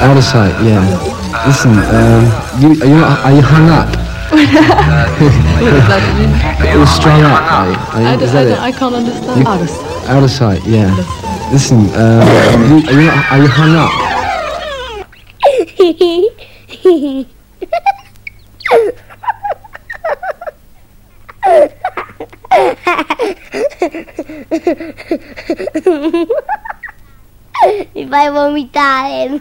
Out of sight, yeah. Listen, are you hung up? You're strung up, I can't understand. Out of sight, yeah. Listen, are you hung up? Mi fai vomitare.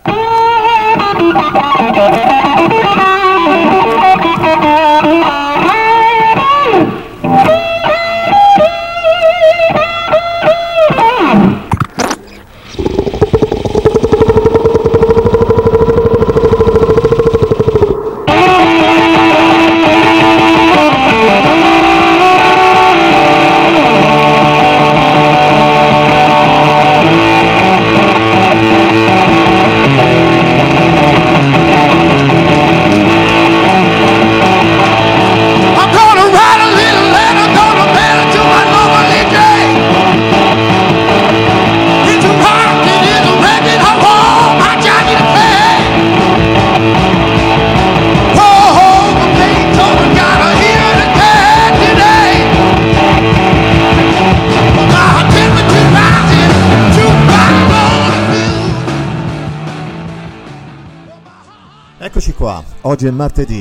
Eccoci qua, oggi è martedì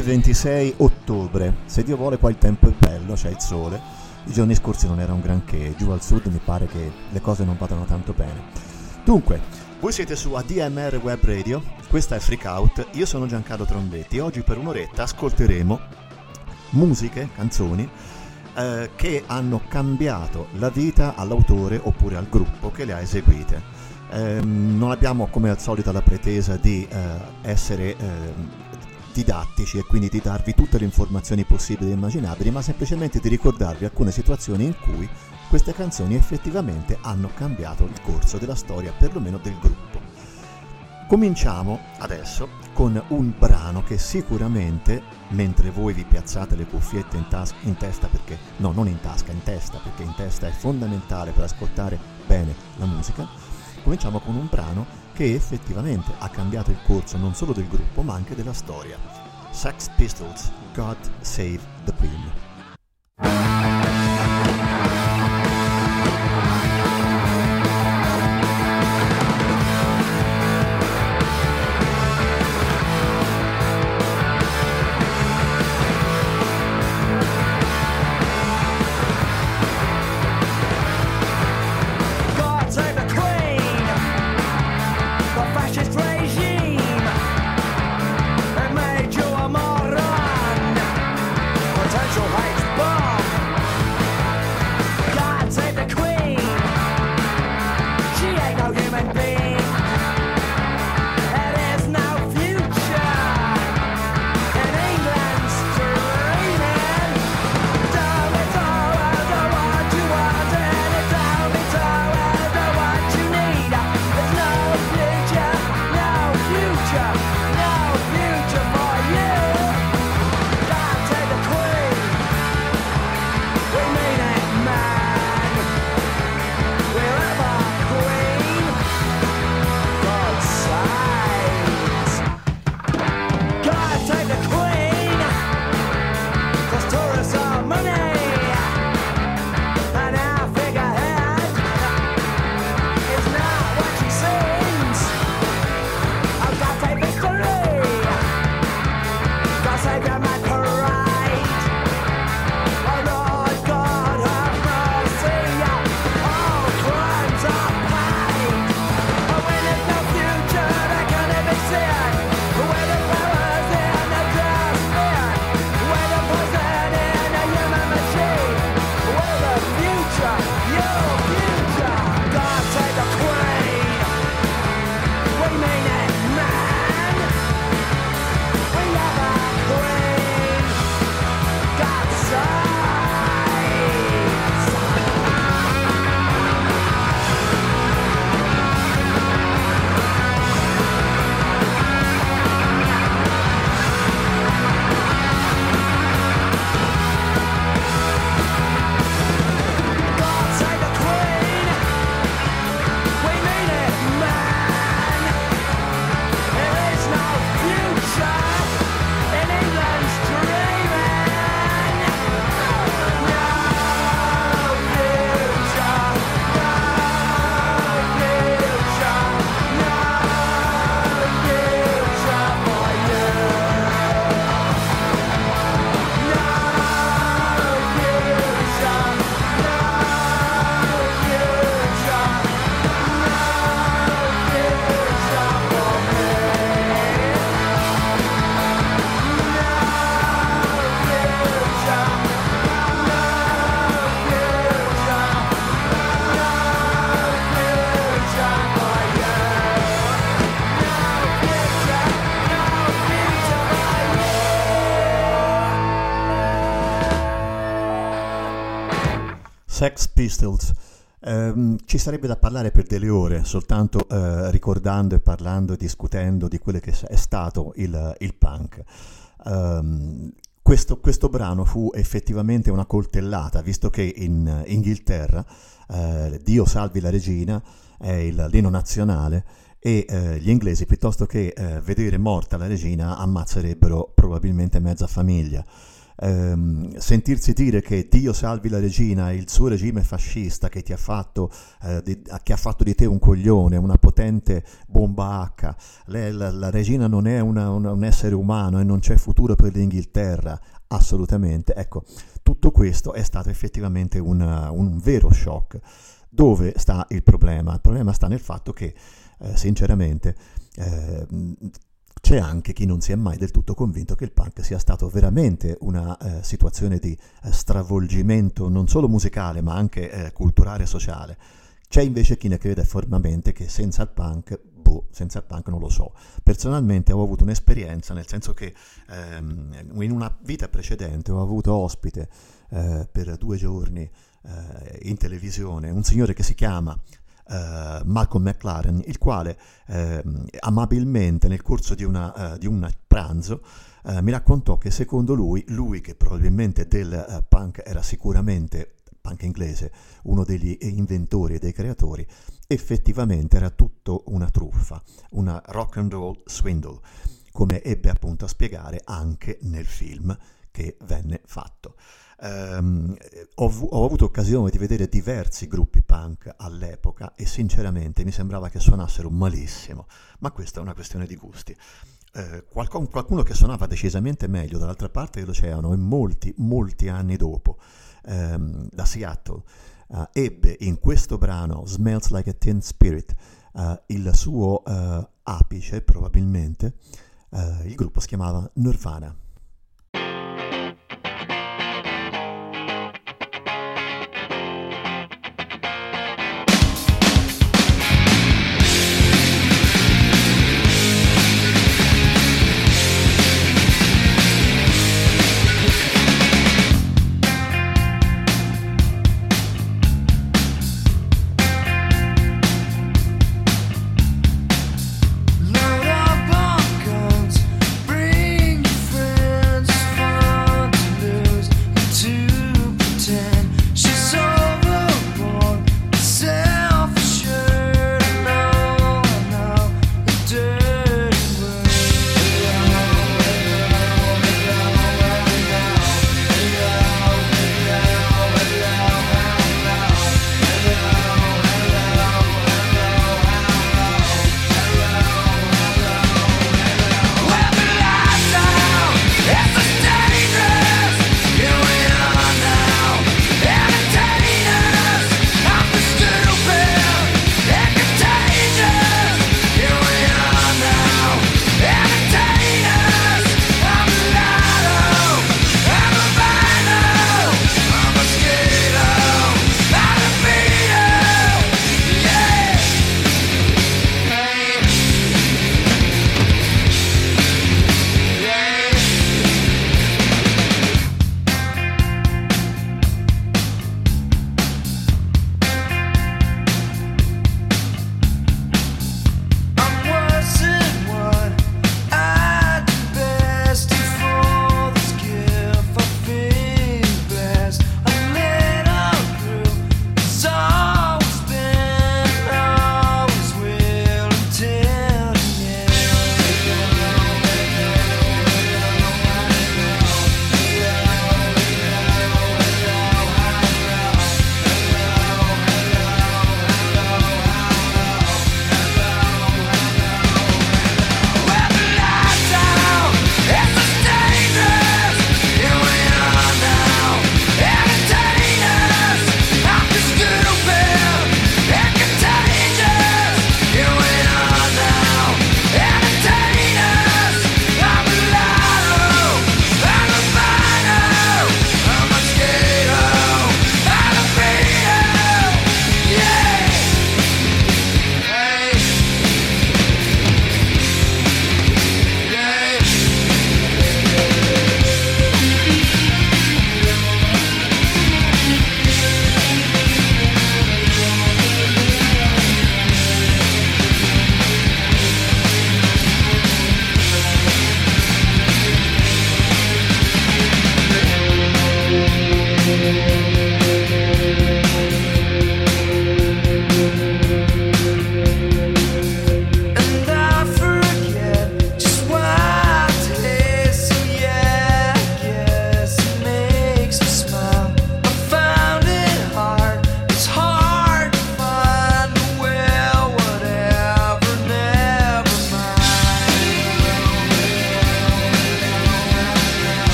26 ottobre, se Dio vuole qua il tempo è bello, c'è il sole, i giorni scorsi non era un granché, giù al sud mi pare che le cose non vadano tanto bene. Dunque, voi siete su ADMR Web Radio, questa è Freak Out, io sono Giancarlo Trombetti, oggi per un'oretta ascolteremo musiche, canzoni che hanno cambiato la vita all'autore oppure al gruppo che le ha eseguite. Non abbiamo come al solito la pretesa di essere didattici e quindi di darvi tutte le informazioni possibili e immaginabili, ma semplicemente di ricordarvi alcune situazioni in cui queste canzoni effettivamente hanno cambiato il corso della storia, perlomeno del gruppo. Cominciamo adesso con un brano che sicuramente, mentre voi vi piazzate le cuffiette in testa, perché no, non in tasca, in testa, perché in testa è fondamentale per ascoltare bene la musica, cominciamo con un brano che effettivamente ha cambiato il corso non solo del gruppo ma anche della storia. Sex Pistols, God Save the Queen. So high Sex Pistols. Ci sarebbe da parlare per delle ore, soltanto ricordando e parlando e discutendo di quello che è stato il punk. Questo brano fu effettivamente una coltellata, visto che in Inghilterra Dio salvi la regina è l'inno nazionale, e gli inglesi, piuttosto che vedere morta la regina, ammazzerebbero probabilmente mezza famiglia. Sentirsi dire che Dio salvi la regina, il suo regime fascista che ti ha fatto che ha fatto di te un coglione, una potente bomba H, la regina non è un essere umano e non c'è futuro per l'Inghilterra, assolutamente. Ecco, tutto questo è stato effettivamente un vero shock. Dove sta il problema? Il problema sta nel fatto che sinceramente c'è anche chi non si è mai del tutto convinto che il punk sia stato veramente una situazione di stravolgimento non solo musicale ma anche culturale e sociale. C'è invece chi ne crede fermamente che senza il punk non lo so. Personalmente ho avuto un'esperienza, nel senso che in una vita precedente ho avuto ospite per 2 giorni in televisione un signore che si chiama Malcolm McLaren, il quale amabilmente nel corso di un pranzo mi raccontò che secondo lui che probabilmente del punk era sicuramente, punk inglese, uno degli inventori e dei creatori, effettivamente era tutto una truffa, una rock and roll swindle, come ebbe appunto a spiegare anche nel film che venne fatto. Ho avuto occasione di vedere diversi gruppi punk all'epoca e sinceramente mi sembrava che suonassero malissimo, ma questa è una questione di gusti. Qualcuno che suonava decisamente meglio dall'altra parte dell'oceano, e molti anni dopo, da Seattle, ebbe in questo brano Smells Like a Teen Spirit il suo apice, probabilmente. Il gruppo si chiamava Nirvana. Load up on guns, bring your friends.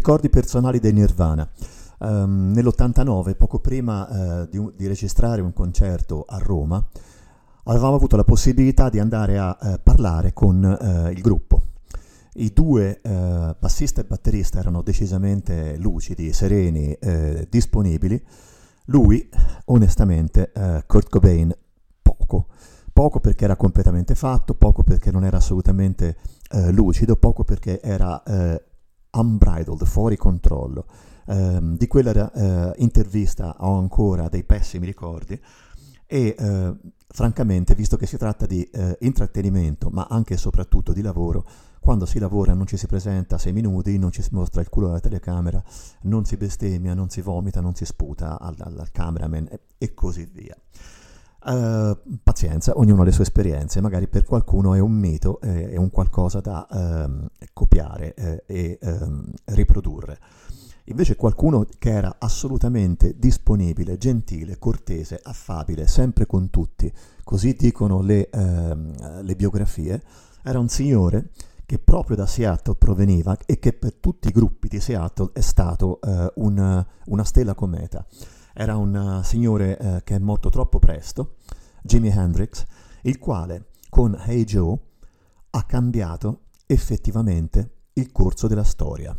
ricordi personali dei Nirvana. Nell'89, poco prima di registrare un concerto a Roma, avevamo avuto la possibilità di andare a parlare con il gruppo. I due bassista e batterista erano decisamente lucidi, sereni, disponibili. Lui, onestamente, Kurt Cobain, poco perché era completamente fatto, poco perché non era assolutamente lucido, poco perché era unbridled, fuori controllo. Di quella intervista ho ancora dei pessimi ricordi e francamente, visto che si tratta di intrattenimento ma anche e soprattutto di lavoro, quando si lavora non ci si presenta 6 minuti, non ci si mostra il culo alla telecamera, non si bestemmia, non si vomita, non si sputa al cameraman e così via. Pazienza, ognuno ha le sue esperienze, magari per qualcuno è un mito, è un qualcosa da copiare e riprodurre. Invece qualcuno che era assolutamente disponibile, gentile, cortese, affabile, sempre con tutti, così dicono le biografie, era un signore che proprio da Seattle proveniva e che per tutti i gruppi di Seattle è stato una stella cometa. Era un signore che è morto troppo presto, Jimi Hendrix, il quale con Hey Joe ha cambiato effettivamente il corso della storia.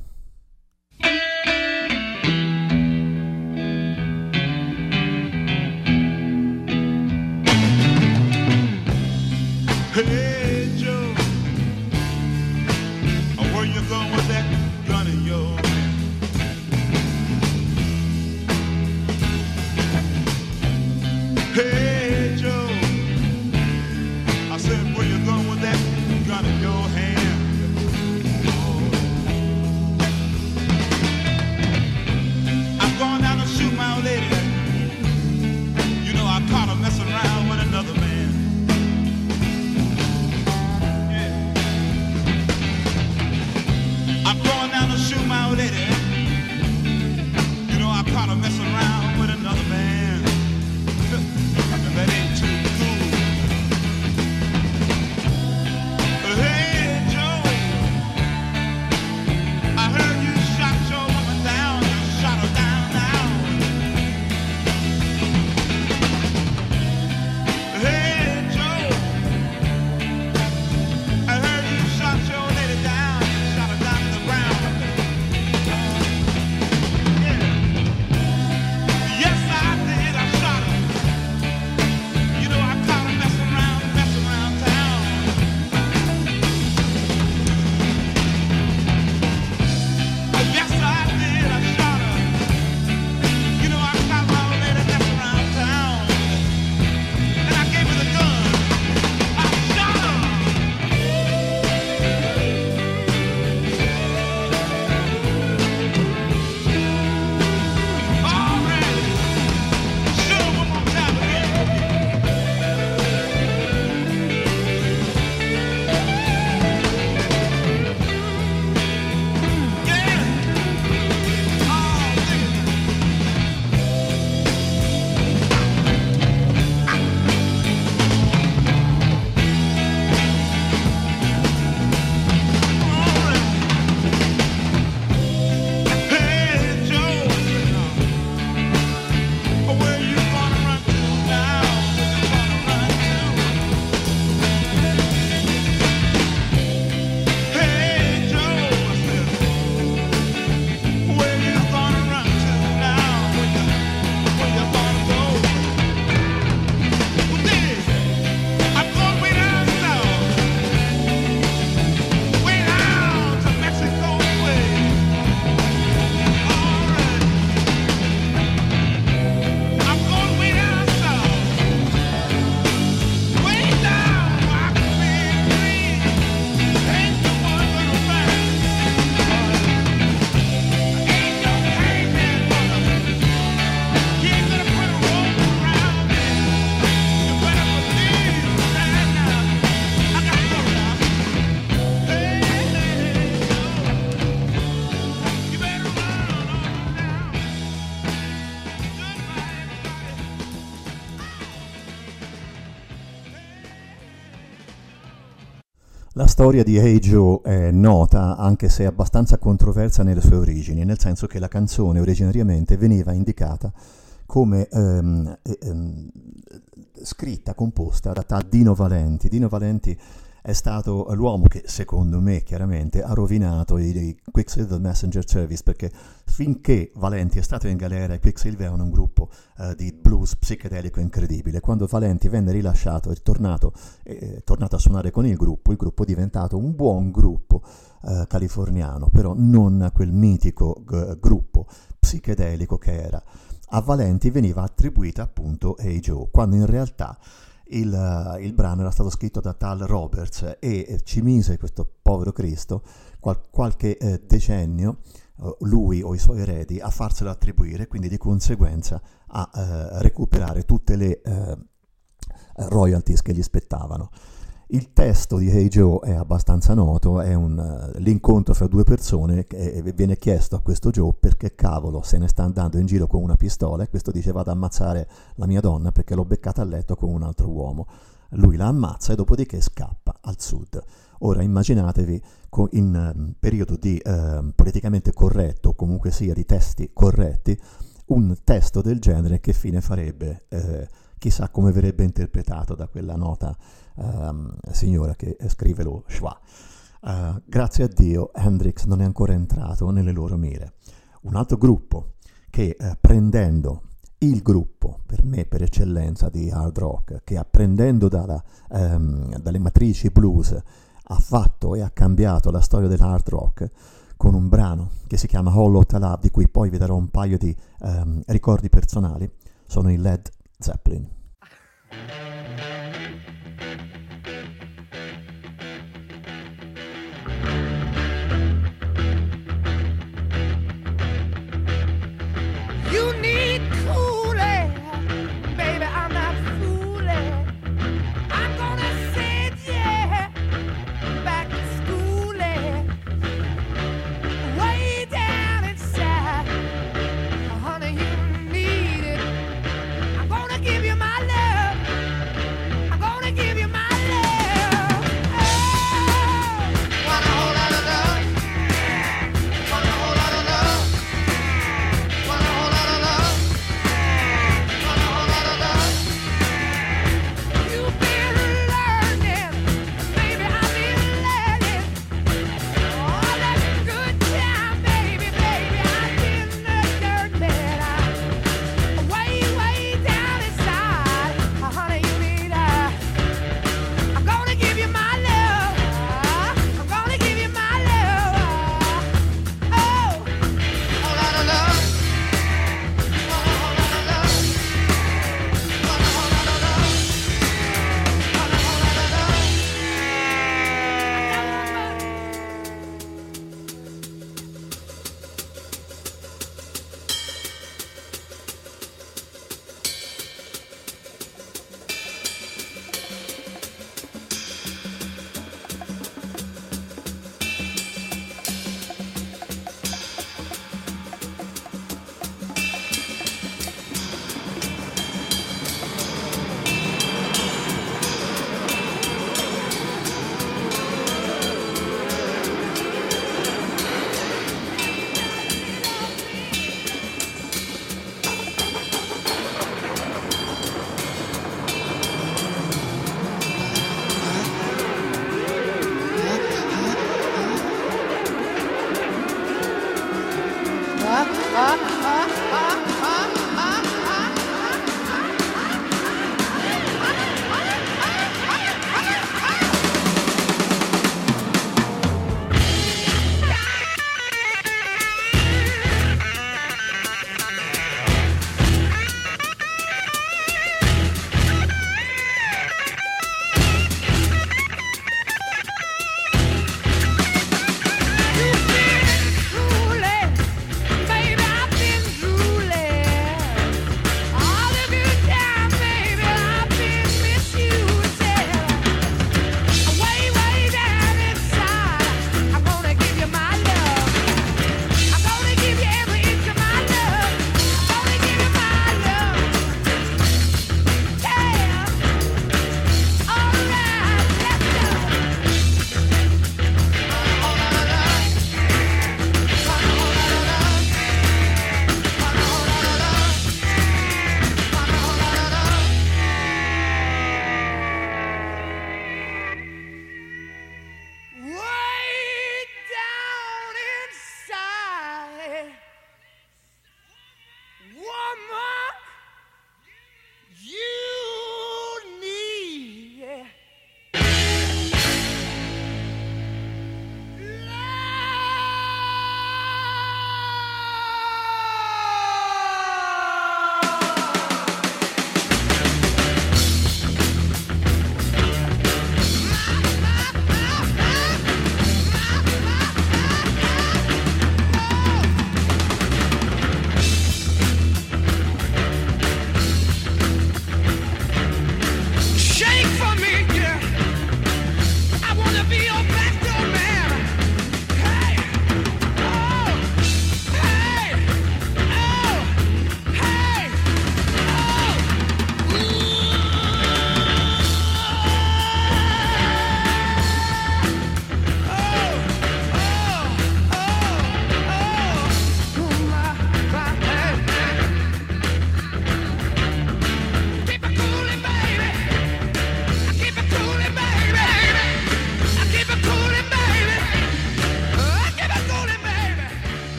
Hey Joe, where you going with that gun of yours? Hey Joe, I said, where you going with that gun in your hand? I'm going down to shoot my old lady. You know I caught her messing around with another man. La storia di Hey Joe è nota, anche se abbastanza controversa nelle sue origini, nel senso che la canzone originariamente veniva indicata come scritta, composta da tal Dino Valenti. Dino Valenti è stato l'uomo che, secondo me, chiaramente, ha rovinato i Quicksilver Messenger Service, perché finché Valenti è stato in galera, i Quicksilver erano un gruppo di blues psichedelico incredibile. Quando Valenti venne rilasciato e tornato a suonare con il gruppo è diventato un buon gruppo californiano, però non quel mitico gruppo psichedelico che era. A Valenti veniva attribuita appunto Hey Joe, quando in realtà il brano era stato scritto da tal Roberts e ci mise questo povero Cristo qualche decennio, lui o i suoi eredi, a farselo attribuire, quindi di conseguenza a recuperare tutte le royalties che gli spettavano. Il testo di Hey Joe è abbastanza noto, è l'incontro fra due persone che viene chiesto a questo Joe perché cavolo se ne sta andando in giro con una pistola, e questo dice vado ad ammazzare la mia donna perché l'ho beccata a letto con un altro uomo. Lui la ammazza e dopodiché scappa al sud. Ora immaginatevi in periodo di politicamente corretto, o comunque sia di testi corretti, un testo del genere che fine farebbe, chissà come verrebbe interpretato da quella nota signora che scrive lo schwa. Grazie a Dio Hendrix non è ancora entrato nelle loro mire. Un altro gruppo che prendendo il gruppo per me per eccellenza di hard rock, che apprendendo dalle matrici blues ha fatto e ha cambiato la storia dell'hard rock con un brano che si chiama Hollow Love, di cui poi vi darò un paio di ricordi personali, sono i Led Zeppelin. Give you my love.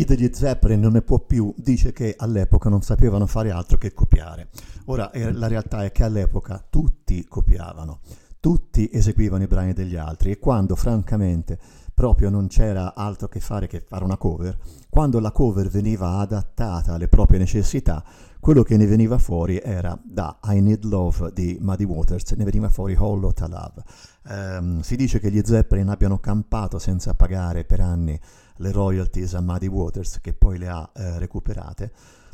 chi degli Zeppelin non ne può più dice che all'epoca non sapevano fare altro che copiare. Ora la realtà è che all'epoca tutti copiavano, tutti eseguivano i brani degli altri, e quando francamente proprio non c'era altro che fare una cover, quando la cover veniva adattata alle proprie necessità, quello che ne veniva fuori era da I Need Love di Muddy Waters, ne veniva fuori Whole Lotta Love. Si dice che gli Zeppelin abbiano campato senza pagare per anni le royalties a Muddy Waters, che poi le ha recuperate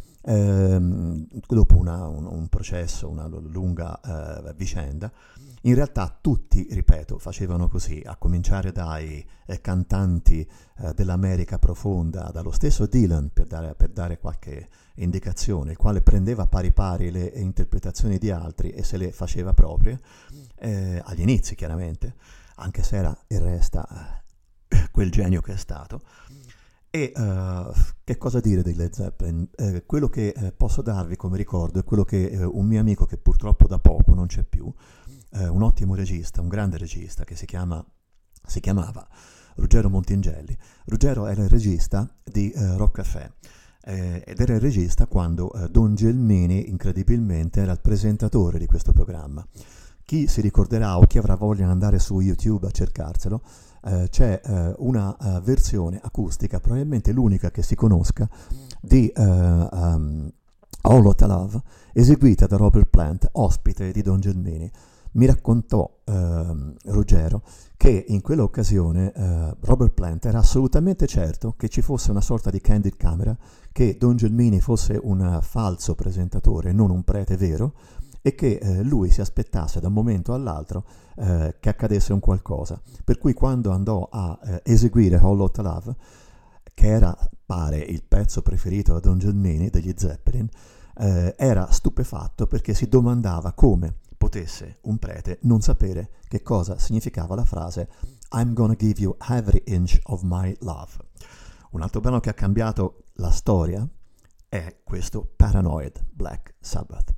dopo un processo, una lunga vicenda. In realtà tutti, ripeto, facevano così, a cominciare dai cantanti dell'America profonda, dallo stesso Dylan, per dare qualche indicazione, il quale prendeva pari pari le interpretazioni di altri e se le faceva proprie, agli inizi chiaramente, anche se era e resta quel genio che è stato. E che cosa dire dei Led Zeppelin? Quello che posso darvi come ricordo è quello che un mio amico, che purtroppo da poco non c'è più, un ottimo regista, un grande regista, che si chiamava Ruggero Montingelli. Ruggero era il regista di Rock Café, ed era il regista quando Don Gelmini incredibilmente era il presentatore di questo programma. Chi si ricorderà o chi avrà voglia di andare su YouTube a cercarselo, c'è una versione acustica, probabilmente l'unica che si conosca, di Whole Lotta Love, eseguita da Robert Plant, ospite di Don Gelmini. Mi raccontò Ruggero che in quell'occasione Robert Plant era assolutamente certo che ci fosse una sorta di candid camera, che Don Gelmini fosse un falso presentatore, non un prete vero, e che lui si aspettasse da un momento all'altro che accadesse un qualcosa. Per cui quando andò a eseguire Whole Lotta Love, che era, pare, il pezzo preferito da Don Gelmini degli Zeppelin, era stupefatto perché si domandava come potesse un prete non sapere che cosa significava la frase I'm gonna give you every inch of my love. Un altro brano che ha cambiato la storia è questo Paranoid, Black Sabbath.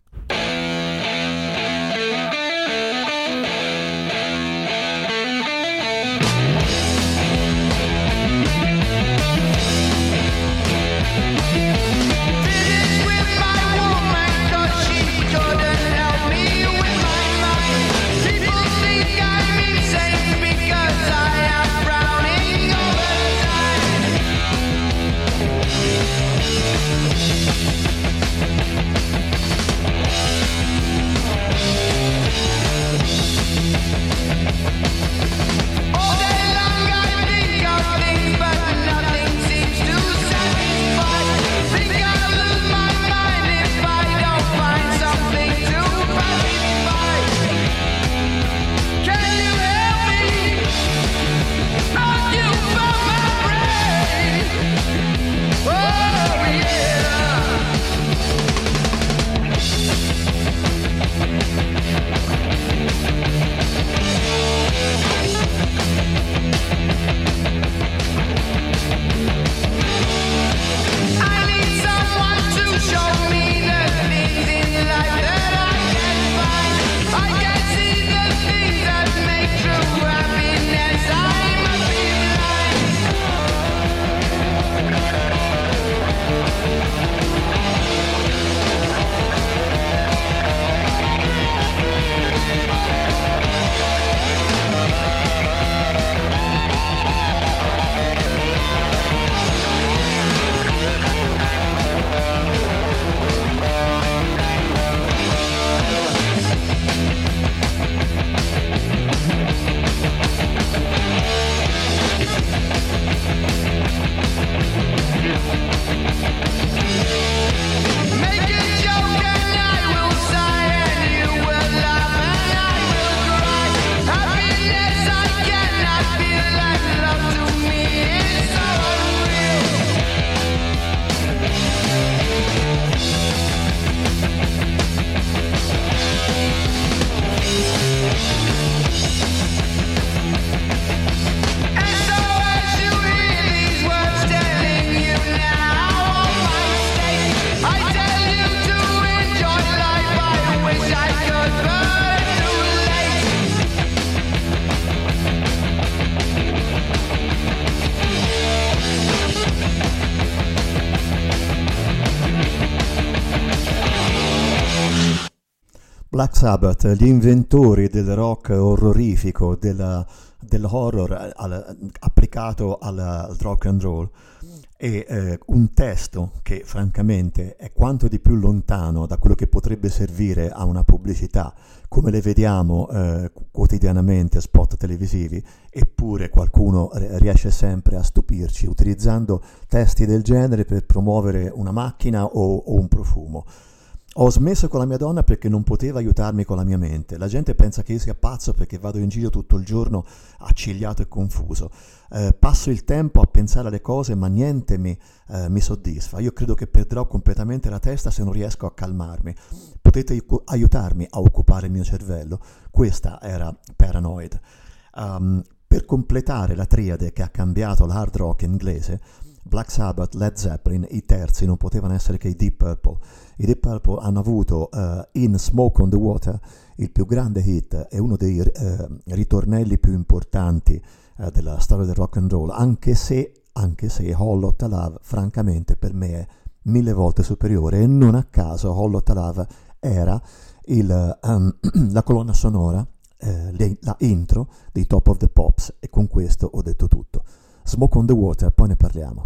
Black Sabbath, gli inventori del rock orrorifico, dell'horror applicato al rock and roll, e un testo che francamente è quanto di più lontano da quello che potrebbe servire a una pubblicità, come le vediamo quotidianamente, spot televisivi, eppure qualcuno riesce sempre a stupirci utilizzando testi del genere per promuovere una macchina o un profumo. Ho smesso con la mia donna perché non poteva aiutarmi con la mia mente. La gente pensa che io sia pazzo perché vado in giro tutto il giorno accigliato e confuso. Passo il tempo a pensare alle cose, ma niente mi soddisfa. Io credo che perderò completamente la testa se non riesco a calmarmi. Potete aiutarmi a occupare il mio cervello? Questa era Paranoid. Per completare la triade che ha cambiato l'hard rock inglese, Black Sabbath, Led Zeppelin, i terzi non potevano essere che i Deep Purple. I Deep Purple hanno avuto in Smoke on the Water il più grande hit e uno dei ritornelli più importanti della storia del rock and roll, anche se Whole Lotta Love francamente per me è 1000 volte superiore, e non a caso Whole Lotta Love era la colonna sonora, la intro dei Top of the Pops, e con questo ho detto tutto. Smoke on the Water, poi ne parliamo.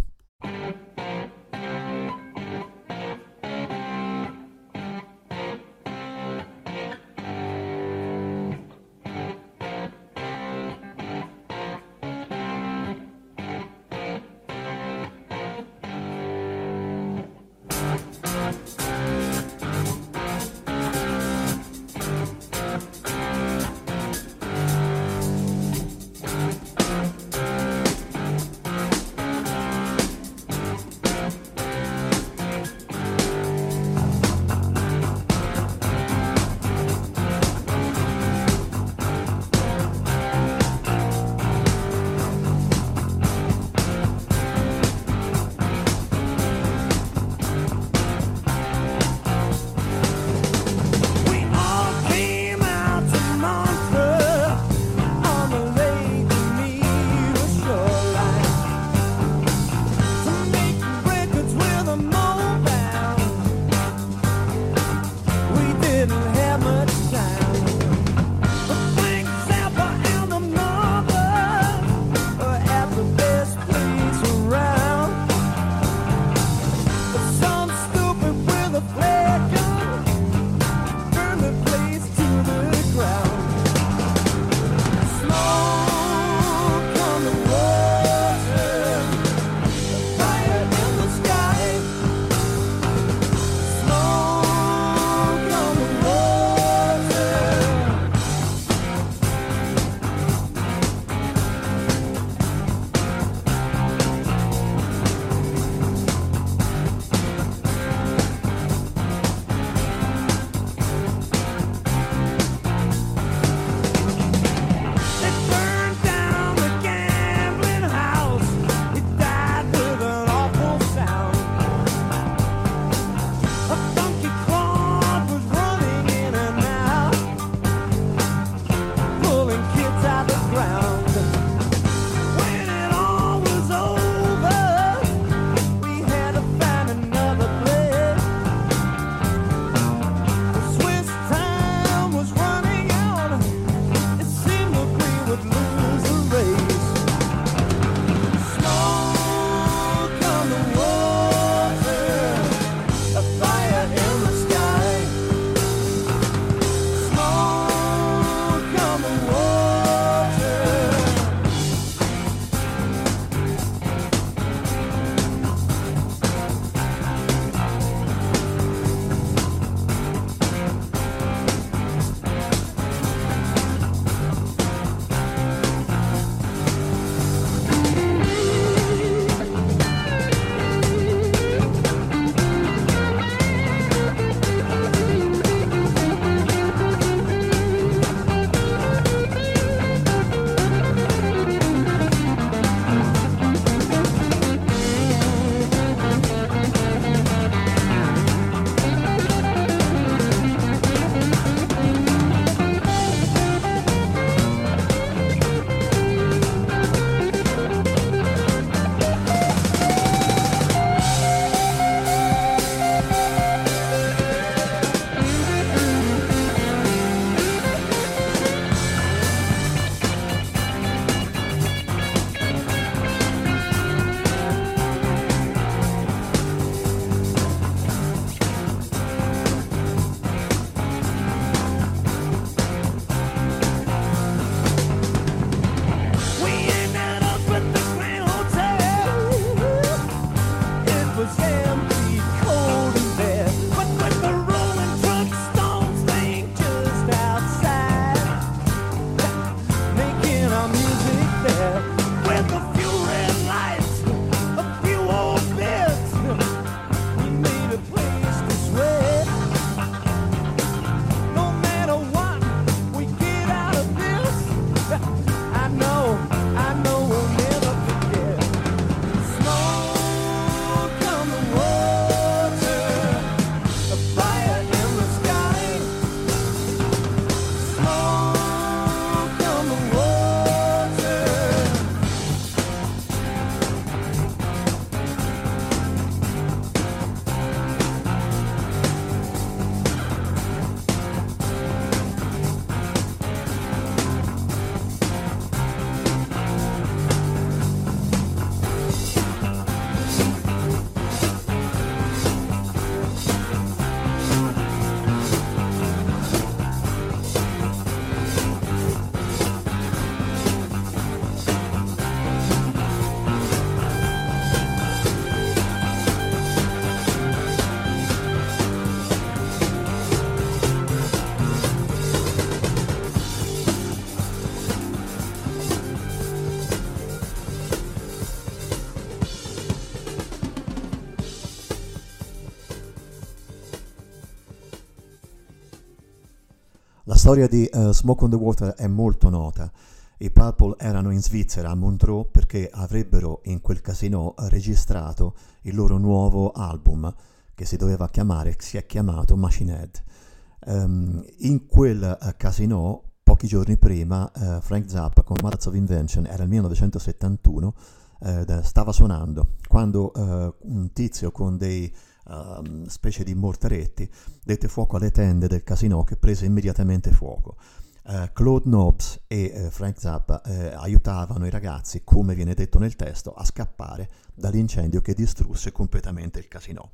La storia di Smoke on the Water è molto nota. I Purple erano in Svizzera, a Montreux, perché avrebbero in quel casino registrato il loro nuovo album, che si è chiamato Machine Head. In quel casino, pochi giorni prima, Frank Zappa con Mothers of Invention, era il 1971, stava suonando, quando un tizio con dei specie di mortaretti dette fuoco alle tende del casino, che prese immediatamente fuoco. Claude Nobbs e Frank Zappa aiutavano i ragazzi, come viene detto nel testo, a scappare dall'incendio che distrusse completamente il casino.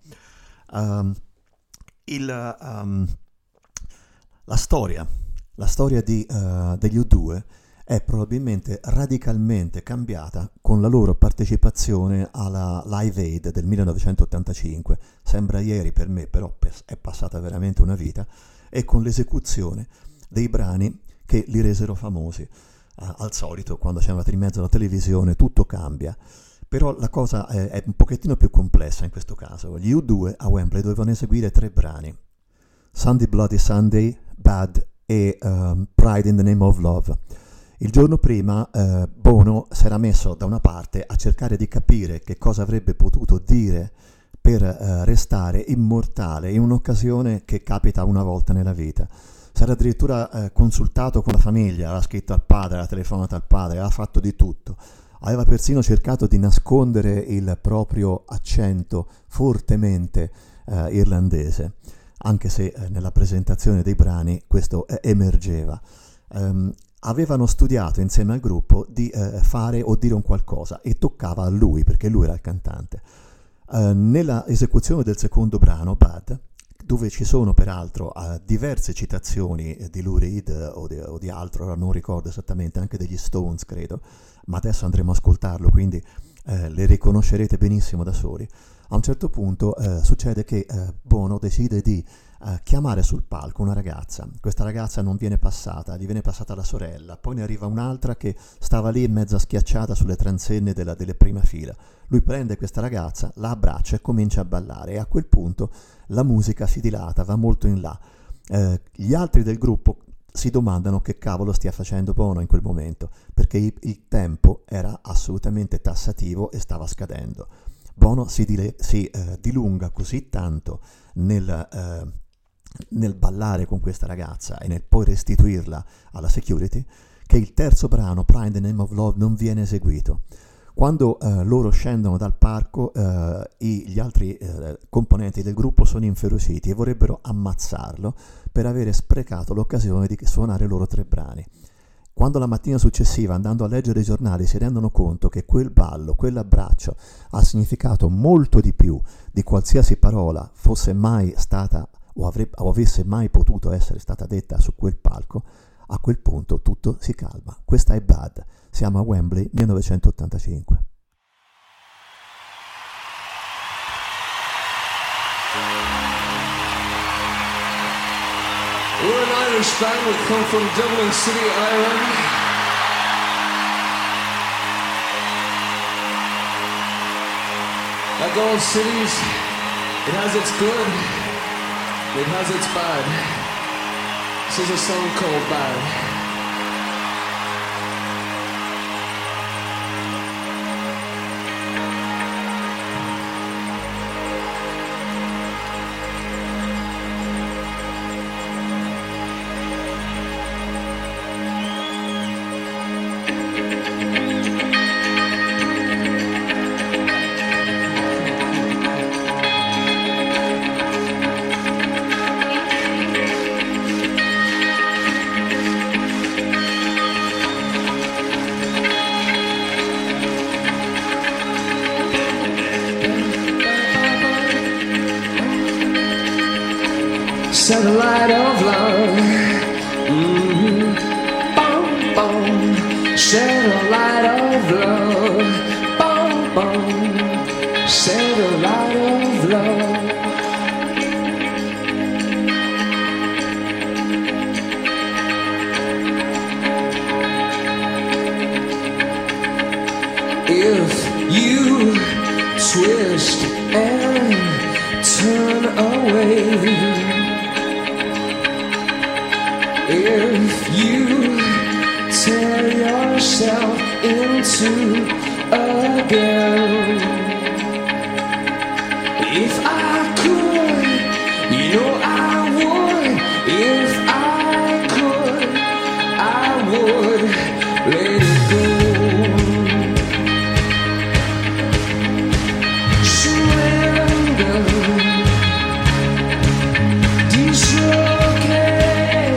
La storia degli U2 è probabilmente radicalmente cambiata con la loro partecipazione alla Live Aid del 1985. Sembra ieri per me, però è passata veramente una vita, e con l'esecuzione dei brani che li resero famosi. Al solito, quando c'è andata in mezzo alla televisione, tutto cambia. Però la cosa è un pochettino più complessa in questo caso. Gli U2 a Wembley dovevano eseguire 3 brani: Sunday Bloody Sunday, Bad e Pride in the Name of Love. Il giorno prima Bono si era messo da una parte a cercare di capire che cosa avrebbe potuto dire per restare immortale in un'occasione che capita una volta nella vita. Si era addirittura consultato con la famiglia, aveva scritto al padre, aveva telefonato al padre, aveva fatto di tutto. Aveva persino cercato di nascondere il proprio accento fortemente irlandese, anche se nella presentazione dei brani questo emergeva. Avevano studiato insieme al gruppo di fare o dire un qualcosa, e toccava a lui, perché lui era il cantante. Nella esecuzione del secondo brano, Bad, dove ci sono peraltro diverse citazioni di Lou Reed o di altro, non ricordo esattamente, anche degli Stones credo, ma adesso andremo a ascoltarlo, quindi le riconoscerete benissimo da soli. A un certo punto succede che Bono decide di chiamare sul palco una ragazza. Questa ragazza non viene passata, gli viene passata la sorella, poi ne arriva un'altra che stava lì mezza schiacciata sulle transenne delle prima fila. Lui prende questa ragazza, la abbraccia e comincia a ballare, e a quel punto la musica si dilata, va molto in là. Gli altri del gruppo si domandano che cavolo stia facendo Bono in quel momento, perché il tempo era assolutamente tassativo e stava scadendo. Bono si dilunga così tanto nel ballare con questa ragazza e nel poi restituirla alla security, che il terzo brano, Pride in the Name of Love, non viene eseguito. Quando loro scendono dal palco, gli altri componenti del gruppo sono inferociti e vorrebbero ammazzarlo per avere sprecato l'occasione di suonare loro 3 brani. Quando la mattina successiva, andando a leggere i giornali, si rendono conto che quel ballo, quell'abbraccio ha significato molto di più di qualsiasi parola fosse mai stata o avesse mai potuto essere stata detta su quel palco, a quel punto tutto si calma. Questa è Bad, siamo a Wembley 1985. We're an Irish band, we come from Dublin City, Ireland. Like all cities, it has its good, it has its bad. This is a song called Bad. Satellite of love, boom, boom. Satellite of love, boom, boom. Satellite of love. If you twist and turn away, if you tear yourself into again. If I could, you know I would. If I could, I would let it go. Surrender, dislocate.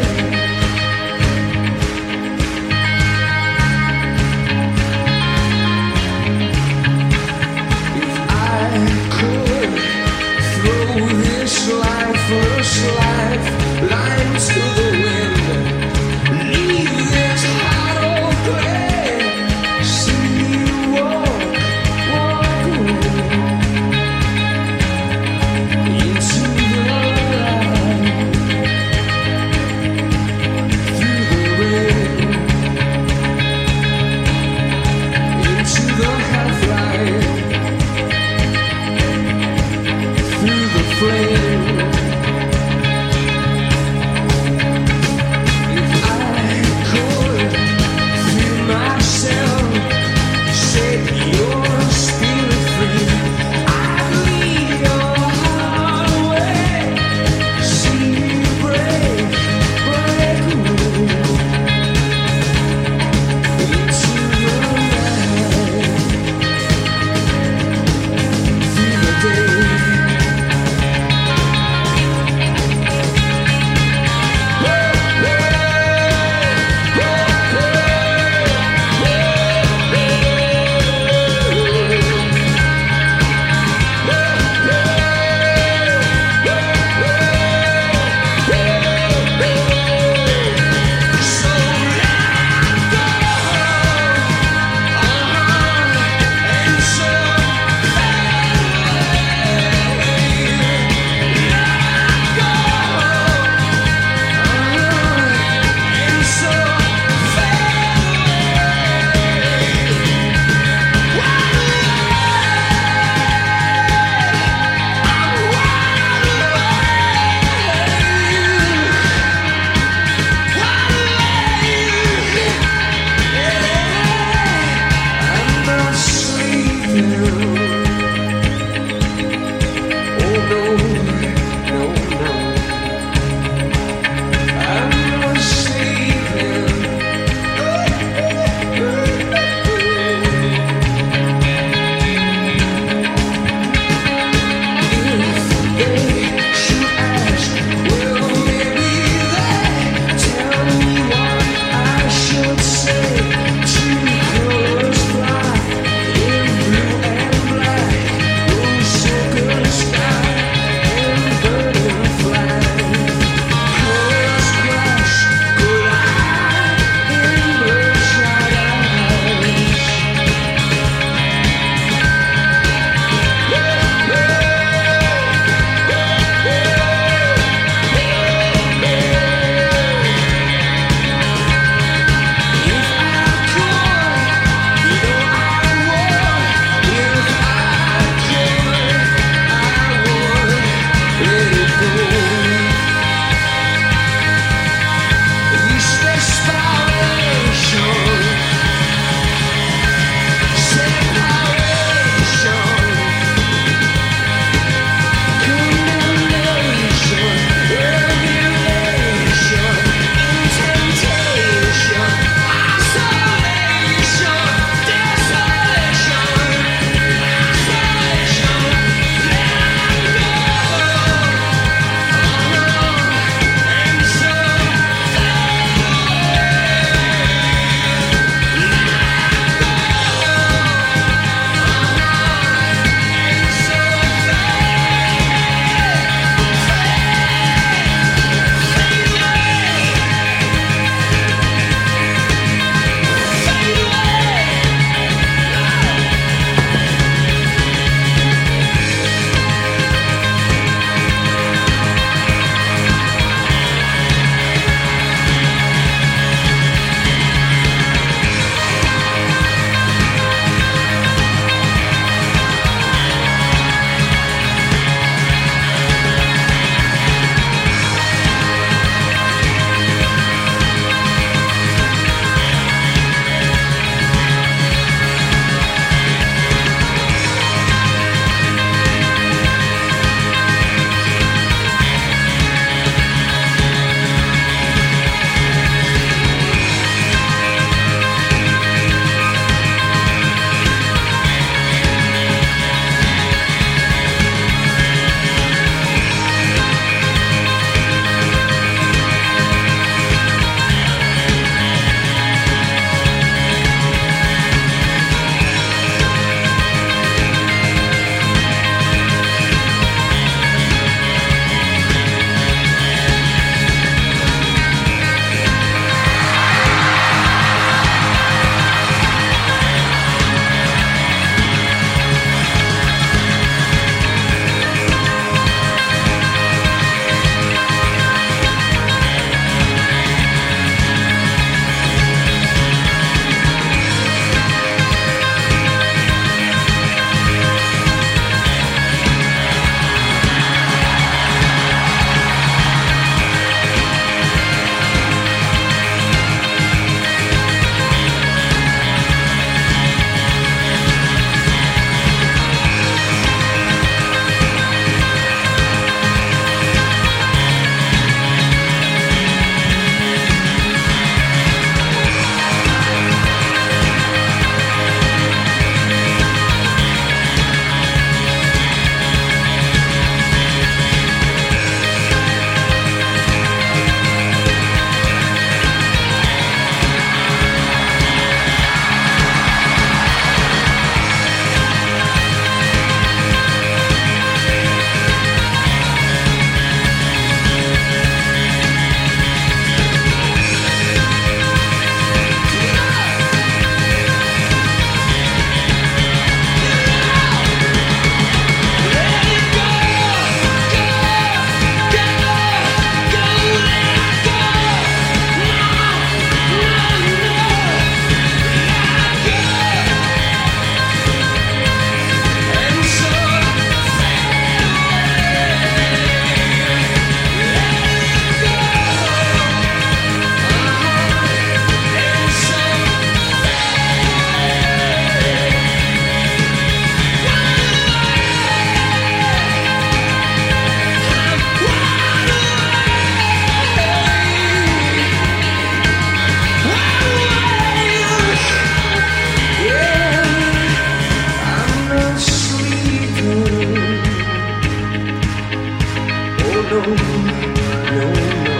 no, no, no.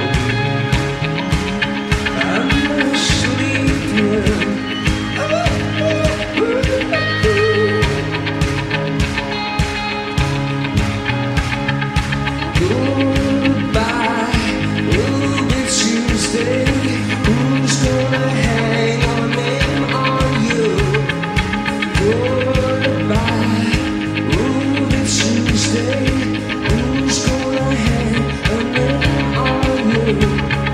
I'm sleeping. Goodbye, will be Tuesday. Who's gonna hang a name on you? Goodbye, will be Tuesday. Who's gonna hang a name on you?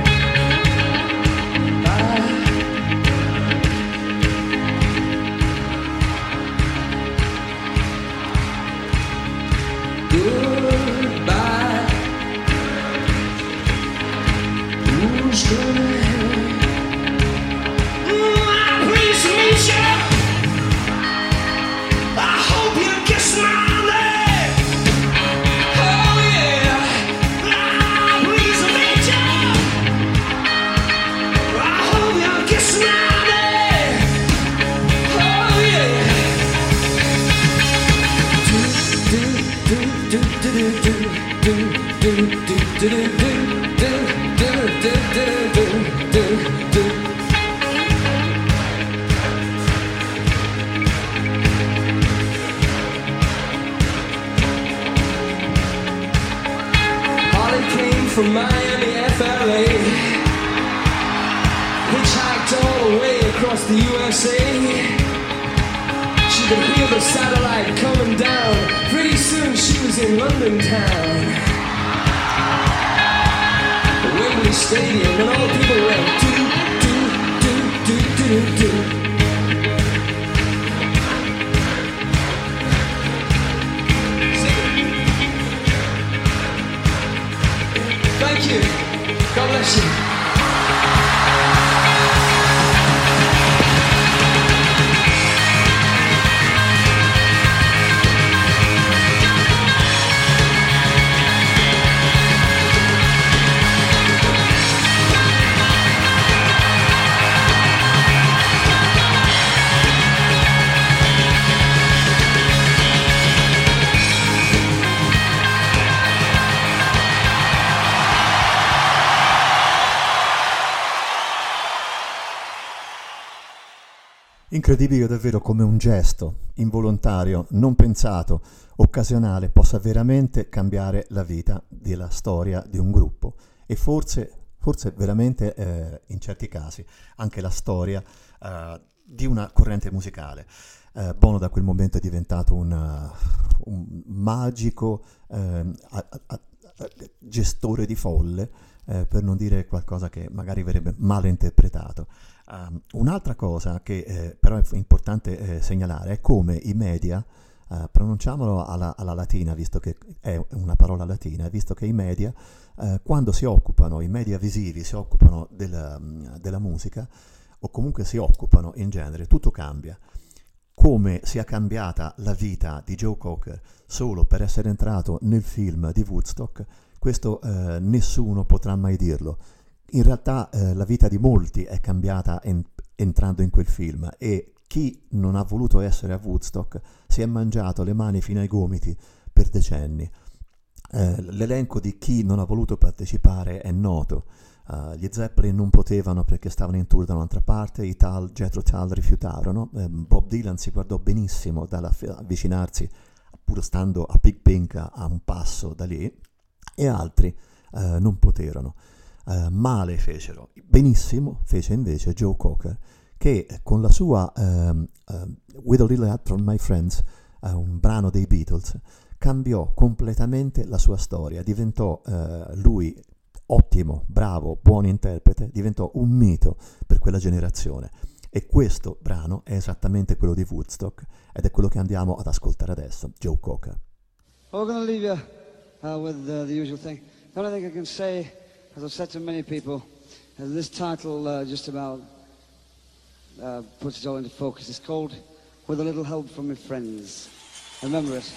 Bye. Goodbye. Who's gonna hang? Please meet you. I hope you kiss my leg. Oh yeah. Please meet you. I hope you kiss my leg. Oh yeah. Holly came from Miami, FLA. Hitchhiked all the way across the USA. She could hear the satellite coming down. Pretty soon she was in London town. The Wembley Stadium, and all the people went do, do, do, do, do, do. Thank you. God bless you. Incredibile davvero come un gesto involontario, non pensato, occasionale possa veramente cambiare la vita della storia di un gruppo e forse veramente in certi casi anche la storia di una corrente musicale. Bono da quel momento è diventato un magico gestore di folle, per non dire qualcosa che magari verrebbe male interpretato. Un'altra cosa che però è importante segnalare è come i media, pronunciamolo alla latina, visto che è una parola latina, visto che i media, quando si occupano, i media visivi si occupano della musica, o comunque si occupano in genere, tutto cambia. Come sia cambiata la vita di Joe Cocker solo per essere entrato nel film di Woodstock, questo nessuno potrà mai dirlo. In realtà la vita di molti è cambiata entrando in quel film e chi non ha voluto essere a Woodstock si è mangiato le mani fino ai gomiti per decenni. L'elenco di chi non ha voluto partecipare è noto. Gli Zeppelin non potevano perché stavano in tour da un'altra parte, i Jethro Tull rifiutarono, Bob Dylan si guardò benissimo dall'avvicinarsi pur stando a Pig Pink a un passo da lì, e altri non poterono. Male fecero, benissimo fece invece Joe Cocker, che con la sua With a Little Help from My Friends, un brano dei Beatles, cambiò completamente la sua storia, diventò lui ottimo, bravo, buon interprete, diventò un mito per quella generazione, e questo brano è esattamente quello di Woodstock ed è quello che andiamo ad ascoltare adesso, Joe Cocker. We're going to leave you with the usual thing. The only thing I can say, as I've said to many people, this title just about puts it all into focus. It's called With a Little Help from My Friends. Remember it.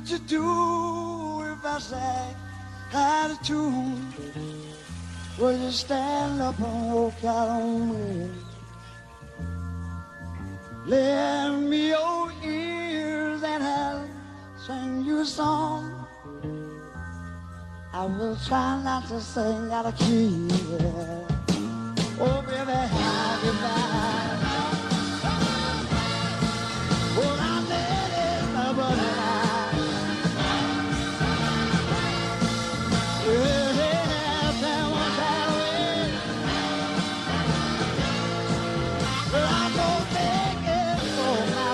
would you do if I sang out of tune? Would you stand up and walk out on me? Lend me your ears and I'll sing you a song. I will try not to sing out of key. Oh, baby, how you back? Well, I let it, my brother. Yeah, that was that way. But I'm gonna take it for my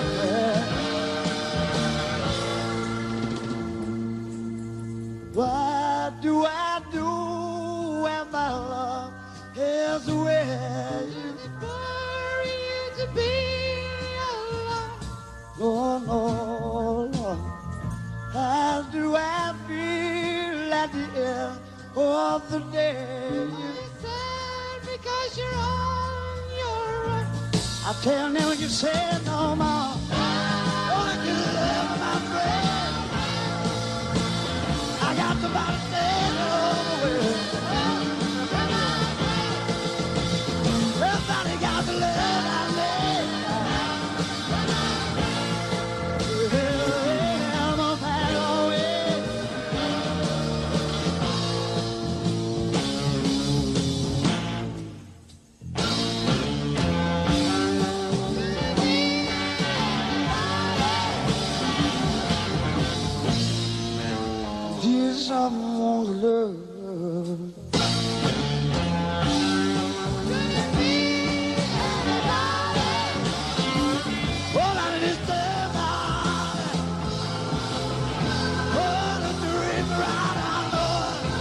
friend. What do I do when my love is where you prefer you to be alone? Lord, Lord, Lord, how do I feel at the end of the day? You're sad because you're on your own. I tell them you say no more. Only to love my friend. I got the body stand over with. Everybody got the love I need. Yeah, I'm a bad away. Dear someone to love. All I need is love, oh, the dream right I know.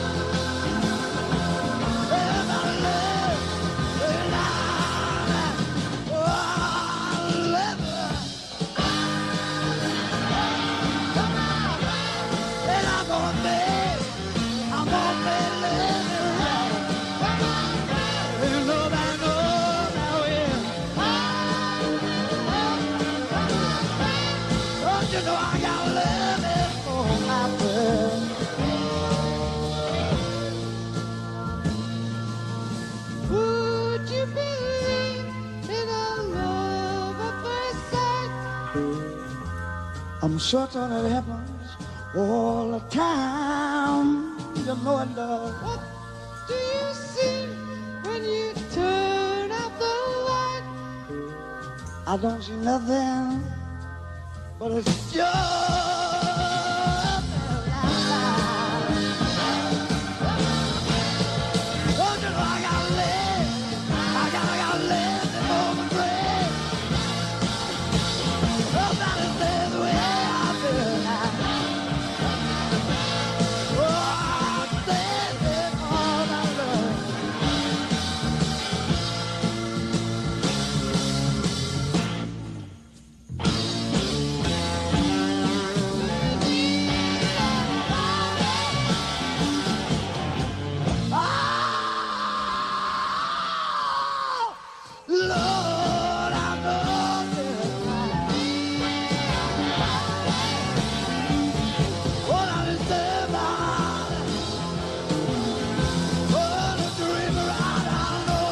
Everybody love, and oh, I love her. And I'm gonna make living right. And nobody knows how it. Don't you know I got love it for my friend? Would you believe in a love at first sight? I'm certain it happens all the time. You know it does. What do you see when you turn out the light? I don't see nothing, but it's your don't you know I gotta live? I gotta live for my friend. Nobody says the way I feel now. Oh, I said it all my love. Lord, I know this. What I deserve, what a dream right I know.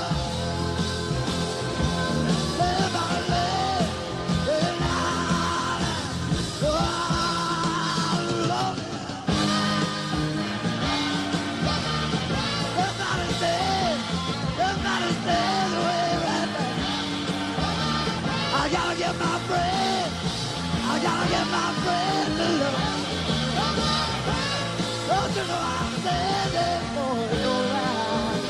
Live I live, and I love it. Everybody says the way right there. I gotta get my friend. I gotta get my friend to love. Don't you know I said it for your life?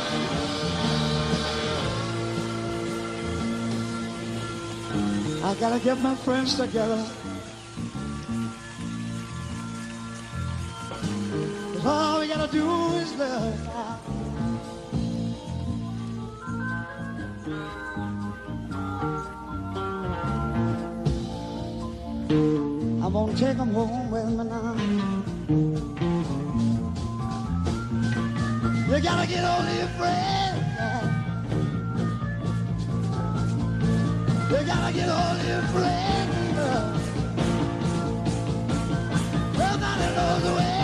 I gotta get my friends together. 'Cause all we gotta do is love now. I'm gonna take them home with me now. You gotta get hold of your friend. You gotta get hold of your friend. knows the way.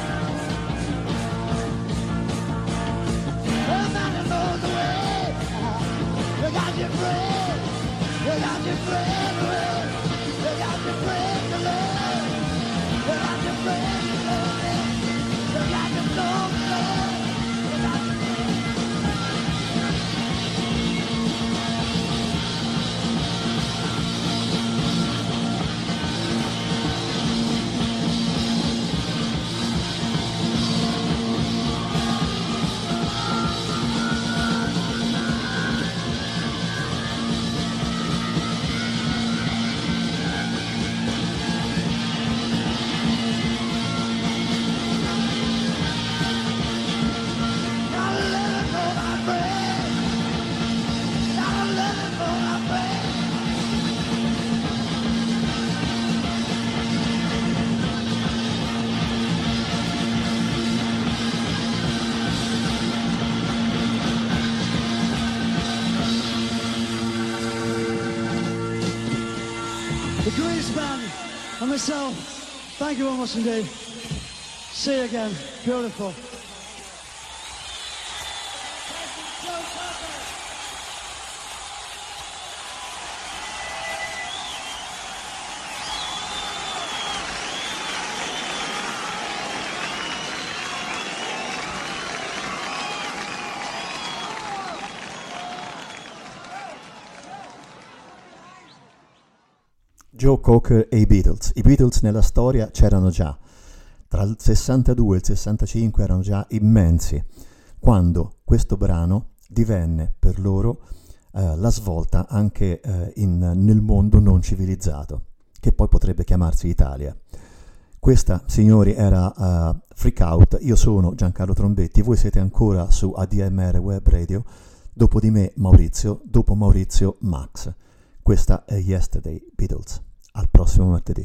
A man that knows the way. You got your friend. You got your friend. You got your friend to love. You got your friend to love. You got your love to love. You got your the Grease Band and myself, thank you very much indeed. See you again. Beautiful. Joe Cocker e i Beatles. I Beatles nella storia c'erano già. Tra il 62 e il 65 erano già immensi, quando questo brano divenne per loro la svolta anche nel mondo non civilizzato, che poi potrebbe chiamarsi Italia. Questa, signori, era Freak Out. Io sono Giancarlo Trombetti, voi siete ancora su ADMR Web Radio, dopo di me Maurizio, dopo Maurizio Max. Questa è Yesterday, Beatles. Al prossimo martedì.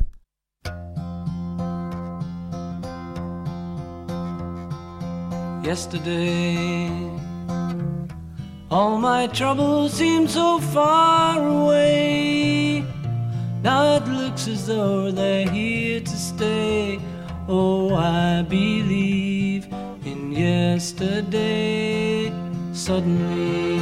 Yesterday, all my troubles seem so far away. Now it looks as though they're here to stay. Oh, I believe in yesterday. Suddenly,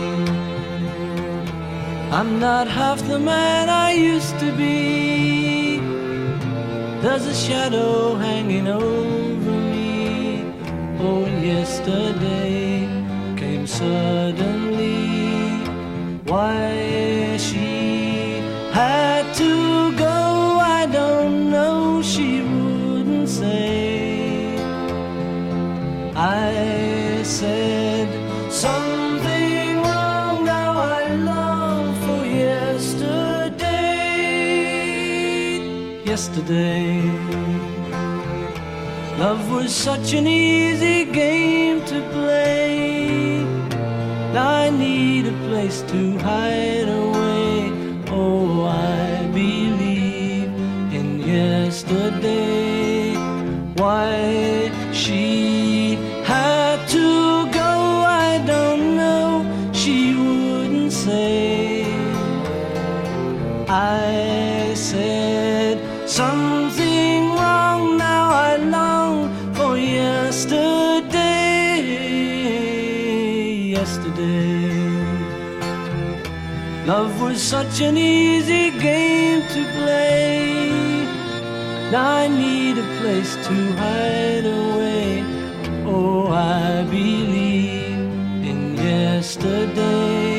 I'm not half the man I used to be. There's a shadow hanging over me. Oh, yesterday came suddenly. Why she had to go, I don't know, she wouldn't say. I said something wrong, now I long for yesterday. Yesterday, love was such an easy game to play. Now I need a place to hide away. Oh, I believe in yesterday. Why she had to go, I don't know, she wouldn't say. I said something wrong, now I long for yesterday. Yesterday, love was such an easy game to play. Now I need a place to hide away. Oh, I believe in yesterday.